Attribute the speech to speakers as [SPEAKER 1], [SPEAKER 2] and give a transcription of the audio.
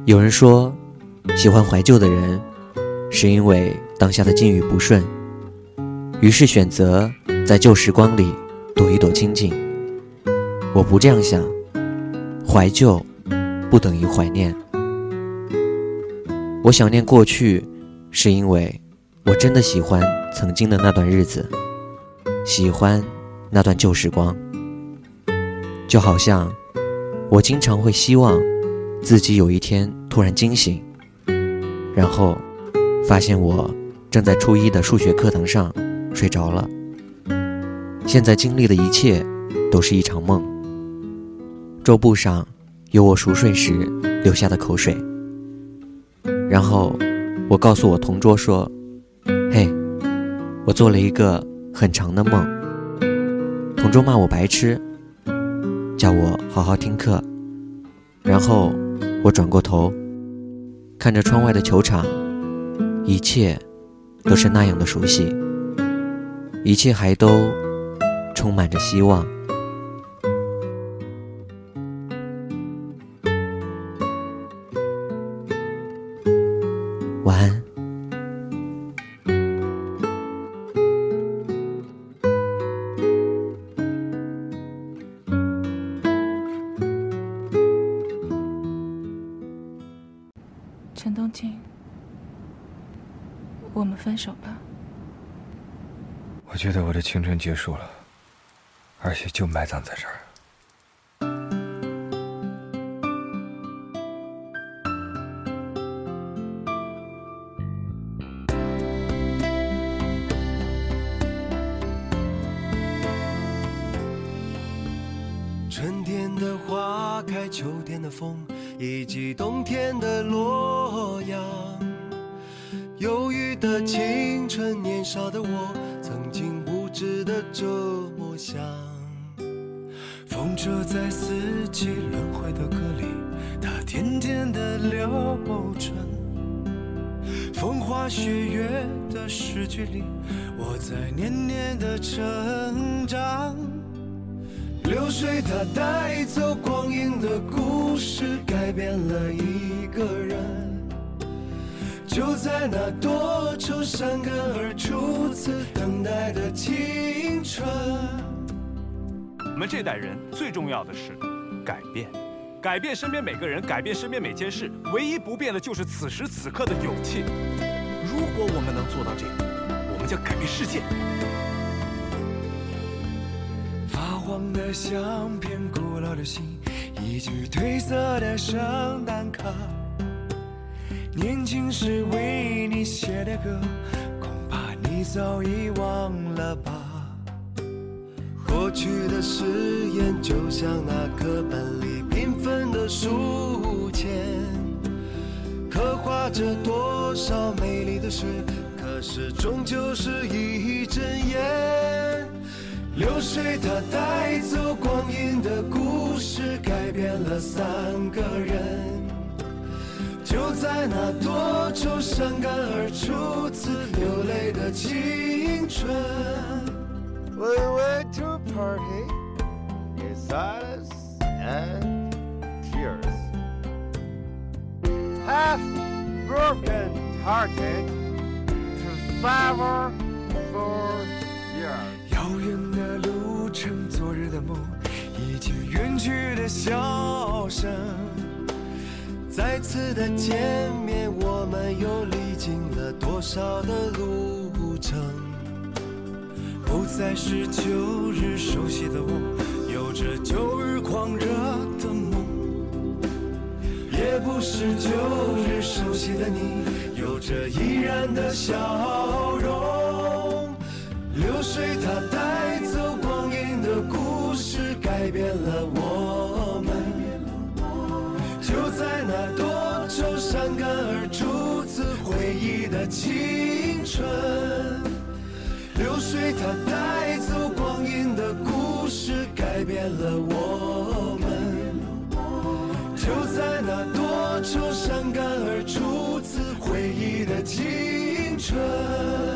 [SPEAKER 1] 有人说，喜欢怀旧的人，是因为当下的境遇不顺，于是选择在旧时光里躲一躲清静。我不这样想，怀旧不等于怀念。我想念过去，是因为我真的喜欢曾经的那段日子，喜欢那段旧时光。就好像我经常会希望自己有一天突然惊醒，然后发现我正在初一的数学课堂上睡着了。现在经历的一切都是一场梦。桌布上有我熟睡时流下的口水，然后我告诉我同桌说，嘿，我做了一个很长的梦。同桌骂我白痴，叫我好好听课。然后我转过头，看着窗外的球场，一切都是那样的熟悉，一切还都充满着希望。晚安。
[SPEAKER 2] 陈东京，我们分手吧。
[SPEAKER 3] 我觉得我的青春结束了，而且就埋葬在这儿。
[SPEAKER 4] 春天的花开，秋天的风，以及冬天的洛阳。忧郁的青春，年少的我，曾经无知的这么想。风车在四季轮回的歌里，它甜甜的流转。风花雪月的诗句里，我在年年的成长。流水它带走光阴的故事，改变了一个人。就在那多愁善感而初次等待的青春。
[SPEAKER 5] 我们这代人最重要的是改变，改变身边每个人，改变身边每件事。唯一不变的就是此时此刻的勇气。如果我们能做到这个，我们将改变世界。
[SPEAKER 4] 发黄的相片，古老的信，一句褪色的圣诞卡。年轻时为你写的歌，恐怕你早已忘了吧。过去的誓言，就像那课本里缤纷的书签，刻画着多少美丽的事，可是终究是一阵烟。流水它带走光阴的故事，改变了三个人。就在那多愁善感而初次流泪的青春。We went to a party in silence and tears. Half broken hearted to suffer for years. 遥远的路程，昨日的梦，以及远去的笑声。再次的见面，我们又历经了多少的路程？不再是旧日熟悉的我，有着旧日狂热的梦；也不是旧日熟悉的你，有着依然的笑容。流水它带走光阴的故事，改变了我们。就在那多愁善感而初次回忆的青春。流水它带走光阴的故事，改变了我们。就在那多愁善感而初次回忆的青春。